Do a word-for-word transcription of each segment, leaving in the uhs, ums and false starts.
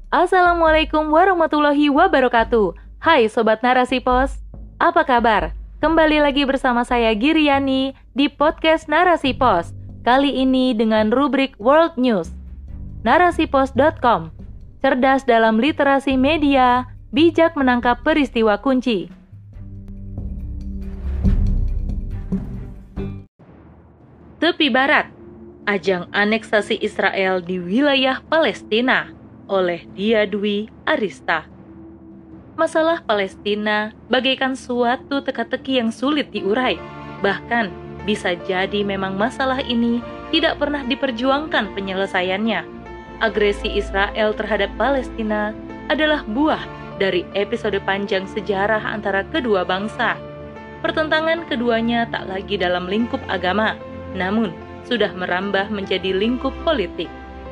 Assalamualaikum warahmatullahi wabarakatuh. Hai Sobat Narasi Pos, apa kabar? Kembali lagi bersama saya Giriani di podcast Narasi Pos. Kali ini dengan rubrik World News. Narasipos dot com, cerdas dalam literasi media, bijak menangkap peristiwa kunci. Tepi Barat, ajang aneksasi Israel di wilayah Palestina oleh Dia Dwi Arista. Masalah Palestina bagaikan suatu teka-teki yang sulit diurai. Bahkan bisa jadi memang masalah ini tidak pernah diperjuangkan penyelesaiannya. Agresi Israel terhadap Palestina adalah buah dari episode panjang sejarah antara kedua bangsa. Pertentangan keduanya tak lagi dalam lingkup agama, namun sudah merambah menjadi lingkup politik.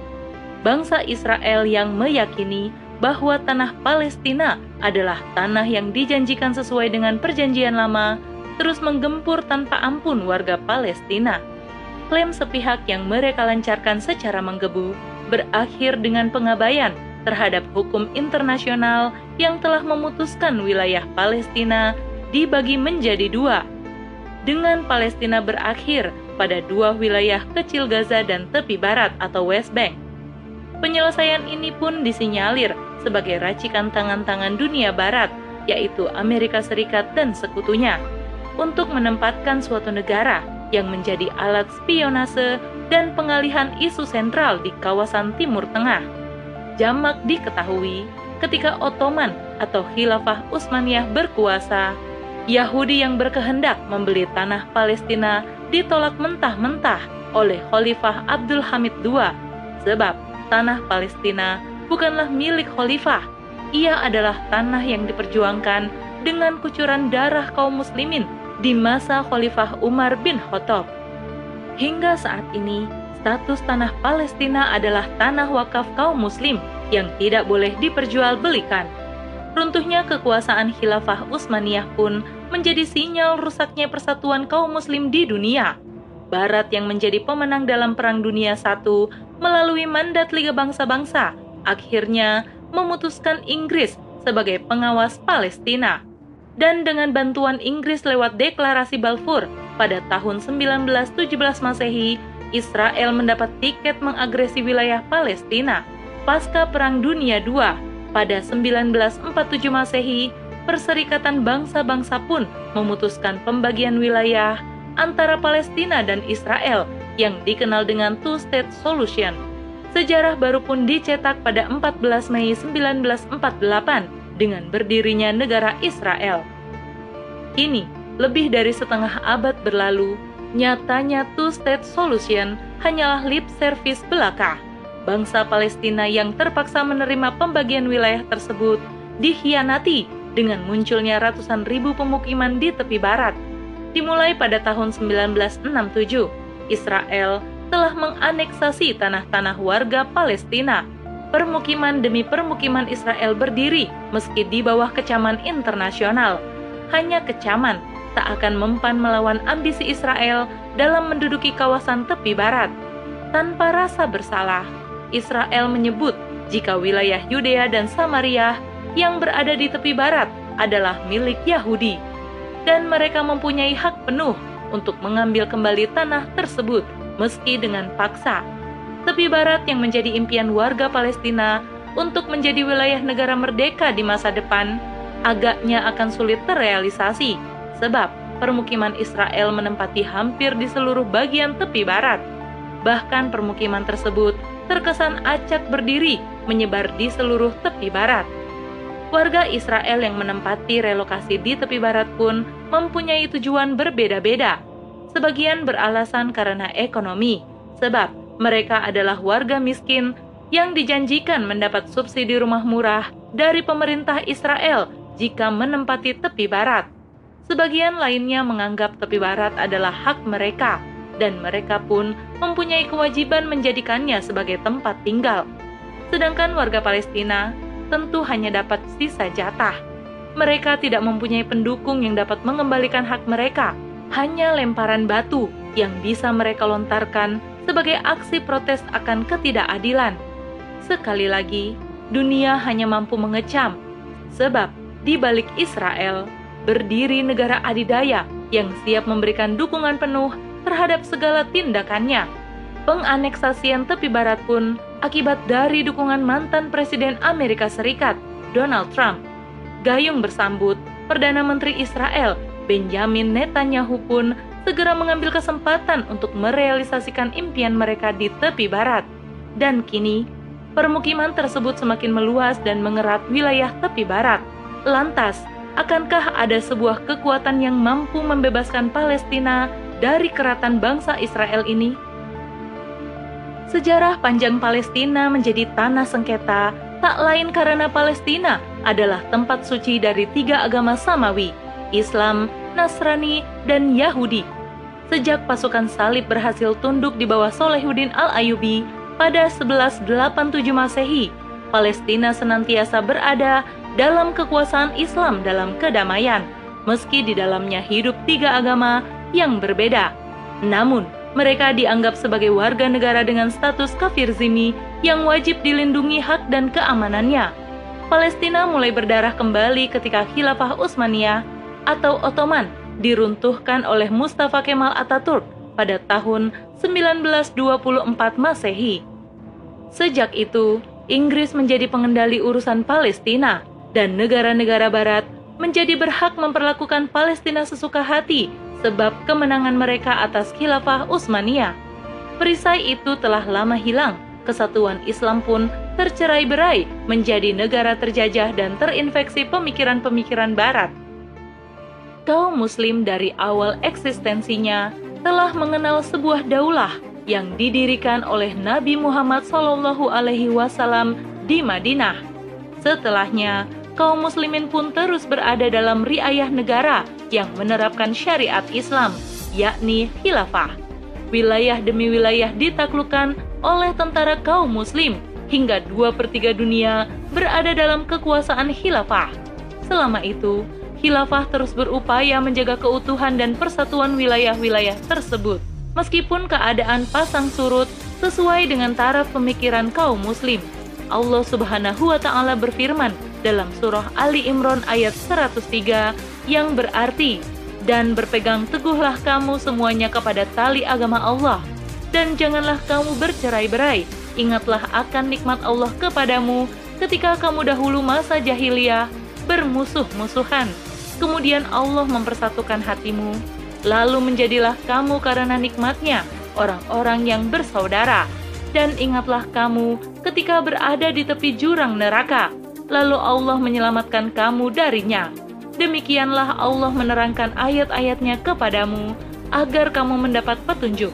Bangsa Israel yang meyakini bahwa tanah Palestina adalah tanah yang dijanjikan sesuai dengan perjanjian lama, terus menggempur tanpa ampun warga Palestina. Klaim sepihak yang mereka lancarkan secara menggebu berakhir dengan pengabaian terhadap hukum internasional yang telah memutuskan wilayah Palestina dibagi menjadi dua, dengan Palestina berakhir pada dua wilayah kecil Gaza dan tepi barat atau West Bank. Penyelesaian ini pun disinyalir sebagai racikan tangan-tangan dunia barat, yaitu Amerika Serikat dan sekutunya, untuk menempatkan suatu negara yang menjadi alat spionase dan pengalihan isu sentral di kawasan Timur Tengah. Jamak diketahui ketika Ottoman atau Khilafah Utsmaniyah berkuasa, Yahudi yang berkehendak membeli tanah Palestina ditolak mentah-mentah oleh Khalifah Abdul Hamid kedua, sebab tanah Palestina bukanlah milik khalifah. Ia adalah tanah yang diperjuangkan dengan kucuran darah kaum muslimin di masa Khalifah Umar bin Khattab. Hingga saat ini, status tanah Palestina adalah tanah wakaf kaum muslim yang tidak boleh diperjualbelikan. Runtuhnya kekuasaan Khilafah Utsmaniyah pun menjadi sinyal rusaknya persatuan kaum muslim di dunia. Barat yang menjadi pemenang dalam Perang Dunia satu melalui mandat Liga Bangsa-Bangsa akhirnya memutuskan Inggris sebagai pengawas Palestina. Dan dengan bantuan Inggris lewat deklarasi Balfour pada tahun sembilan belas tujuh belas Masehi, Israel mendapat tiket mengagresi wilayah Palestina. Pasca Perang Dunia kedua pada sembilan belas empat puluh tujuh Masehi, Perserikatan Bangsa-Bangsa pun memutuskan pembagian wilayah antara Palestina dan Israel yang dikenal dengan Two-State Solution. Sejarah baru pun dicetak pada empat belas Mei sembilan belas empat puluh delapan dengan berdirinya negara Israel. Kini, lebih dari setengah abad berlalu, nyatanya Two-State Solution hanyalah lip service belaka. Bangsa Palestina yang terpaksa menerima pembagian wilayah tersebut dikhianati dengan munculnya ratusan ribu pemukiman di tepi barat. Dimulai pada tahun sembilan belas enam puluh tujuh, Israel telah menganeksasi tanah-tanah warga Palestina. Permukiman demi permukiman Israel berdiri meski di bawah kecaman internasional. Hanya kecaman tak akan mempan melawan ambisi Israel dalam menduduki kawasan tepi barat. Tanpa rasa bersalah, Israel menyebut jika wilayah Yudea dan Samaria yang berada di tepi barat adalah milik Yahudi, dan mereka mempunyai hak penuh untuk mengambil kembali tanah tersebut meski dengan paksa. Tepi barat yang menjadi impian warga Palestina untuk menjadi wilayah negara merdeka di masa depan agaknya akan sulit terrealisasi, sebab permukiman Israel menempati hampir di seluruh bagian tepi barat. Bahkan permukiman tersebut terkesan acak berdiri menyebar di seluruh tepi barat. Warga Israel yang menempati relokasi di tepi barat pun mempunyai tujuan berbeda-beda. Sebagian beralasan karena ekonomi, sebab mereka adalah warga miskin yang dijanjikan mendapat subsidi rumah murah dari pemerintah Israel jika menempati tepi barat. Sebagian lainnya menganggap tepi barat adalah hak mereka, dan mereka pun mempunyai kewajiban menjadikannya sebagai tempat tinggal. Sedangkan warga Palestina tentu hanya dapat sisa jatah. Mereka tidak mempunyai pendukung yang dapat mengembalikan hak mereka, hanya lemparan batu yang bisa mereka lontarkan sebagai aksi protes akan ketidakadilan. Sekali lagi, dunia hanya mampu mengecam, sebab di balik Israel berdiri negara adidaya yang siap memberikan dukungan penuh terhadap segala tindakannya. Penganeksasian tepi barat pun akibat dari dukungan mantan Presiden Amerika Serikat, Donald Trump. Gayung bersambut, Perdana Menteri Israel, Benjamin Netanyahu pun segera mengambil kesempatan untuk merealisasikan impian mereka di tepi barat. Dan kini, permukiman tersebut semakin meluas dan mengerat wilayah tepi barat. Lantas, akankah ada sebuah kekuatan yang mampu membebaskan Palestina dari keratan bangsa Israel ini? Sejarah panjang Palestina menjadi tanah sengketa tak lain karena Palestina adalah tempat suci dari tiga agama Samawi, Islam, Nasrani, dan Yahudi. Sejak pasukan salib berhasil tunduk di bawah Salahuddin Al-Ayyubi pada sebelas delapan puluh tujuh Masehi, Palestina senantiasa berada dalam kekuasaan Islam dalam kedamaian, meski di dalamnya hidup tiga agama yang berbeda. Namun, mereka dianggap sebagai warga negara dengan status kafir zimmi yang wajib dilindungi hak dan keamanannya. Palestina mulai berdarah kembali ketika Khilafah Utsmaniyah atau Ottoman diruntuhkan oleh Mustafa Kemal Atatürk pada tahun sembilan belas dua puluh empat Masehi. Sejak itu, Inggris menjadi pengendali urusan Palestina, dan negara-negara barat menjadi berhak memperlakukan Palestina sesuka hati sebab kemenangan mereka atas Khilafah Utsmaniyah. Perisai itu telah lama hilang, kesatuan Islam pun tercerai-berai menjadi negara terjajah dan terinfeksi pemikiran-pemikiran barat. Kaum muslim dari awal eksistensinya telah mengenal sebuah daulah yang didirikan oleh Nabi Muhammad shallallahu alaihi wasallam di Madinah. Setelahnya, kaum muslimin pun terus berada dalam riayah negara yang menerapkan syariat Islam, yakni khilafah. Wilayah demi wilayah ditaklukkan oleh tentara kaum muslim, hingga dua per tiga dunia berada dalam kekuasaan khilafah. Selama itu, khilafah terus berupaya menjaga keutuhan dan persatuan wilayah-wilayah tersebut, meskipun keadaan pasang surut sesuai dengan taraf pemikiran kaum muslim. Allah Subhanahu wa Ta'ala berfirman dalam surah Ali Imran ayat seratus tiga yang berarti, "Dan berpegang teguhlah kamu semuanya kepada tali agama Allah, dan janganlah kamu bercerai-berai. Ingatlah akan nikmat Allah kepadamu ketika kamu dahulu masa jahiliyah bermusuh-musuhan. Kemudian Allah mempersatukan hatimu, lalu menjadilah kamu karena nikmatnya orang-orang yang bersaudara. Dan ingatlah kamu ketika berada di tepi jurang neraka, lalu Allah menyelamatkan kamu darinya. Demikianlah Allah menerangkan ayat-ayatnya kepadamu, agar kamu mendapat petunjuk."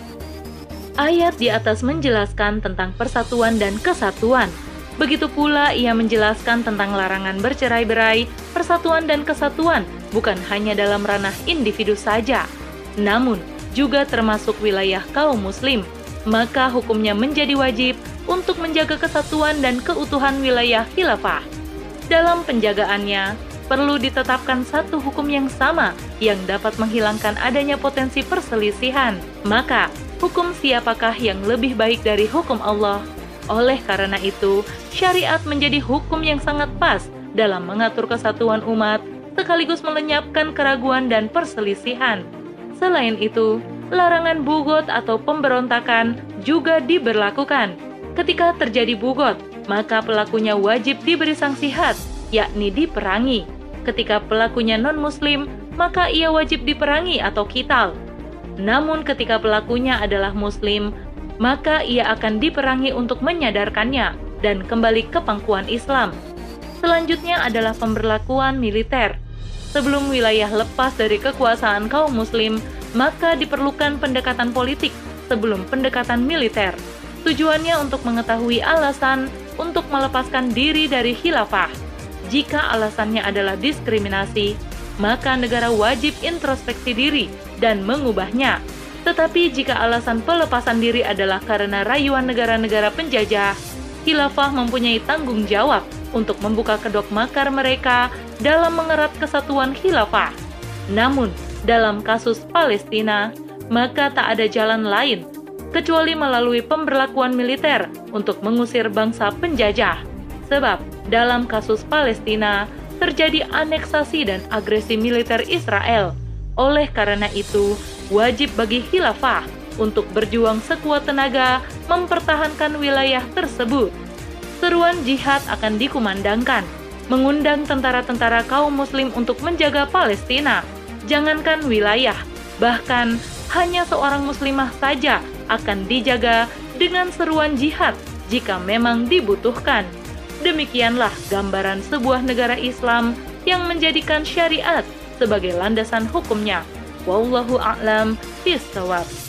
Ayat di atas menjelaskan tentang persatuan dan kesatuan. Begitu pula ia menjelaskan tentang larangan bercerai-berai, persatuan dan kesatuan bukan hanya dalam ranah individu saja, namun juga termasuk wilayah kaum muslim. Maka hukumnya menjadi wajib untuk menjaga kesatuan dan keutuhan wilayah khilafah. Dalam penjagaannya, perlu ditetapkan satu hukum yang sama yang dapat menghilangkan adanya potensi perselisihan. Maka, hukum siapakah yang lebih baik dari hukum Allah? Oleh karena itu, syariat menjadi hukum yang sangat pas dalam mengatur kesatuan umat, sekaligus melenyapkan keraguan dan perselisihan. Selain itu, larangan bugot atau pemberontakan juga diberlakukan. Ketika terjadi bugot, maka pelakunya wajib diberi sanksi had, yakni diperangi. Ketika pelakunya non-muslim, maka ia wajib diperangi atau qital. Namun ketika pelakunya adalah muslim, maka ia akan diperangi untuk menyadarkannya dan kembali ke pangkuan Islam. Selanjutnya adalah pemberlakuan militer. Sebelum wilayah lepas dari kekuasaan kaum muslim, maka diperlukan pendekatan politik sebelum pendekatan militer. Tujuannya untuk mengetahui alasan untuk melepaskan diri dari khilafah. Jika alasannya adalah diskriminasi, maka negara wajib introspeksi diri dan mengubahnya. Tetapi jika alasan pelepasan diri adalah karena rayuan negara-negara penjajah, khilafah mempunyai tanggung jawab untuk membuka kedok makar mereka dalam mengerat kesatuan khilafah. Namun, dalam kasus Palestina, maka tak ada jalan lain kecuali melalui pemberlakuan militer untuk mengusir bangsa penjajah. Sebab dalam kasus Palestina terjadi aneksasi dan agresi militer Israel. Oleh karena itu, wajib bagi khilafah untuk berjuang sekuat tenaga mempertahankan wilayah tersebut. Seruan jihad akan dikumandangkan, mengundang tentara-tentara kaum muslim untuk menjaga Palestina. Jangankan wilayah, bahkan hanya seorang muslimah saja akan dijaga dengan seruan jihad jika memang dibutuhkan. Demikianlah gambaran sebuah negara Islam yang menjadikan syariat sebagai landasan hukumnya. Wallahu a'lam bishawab.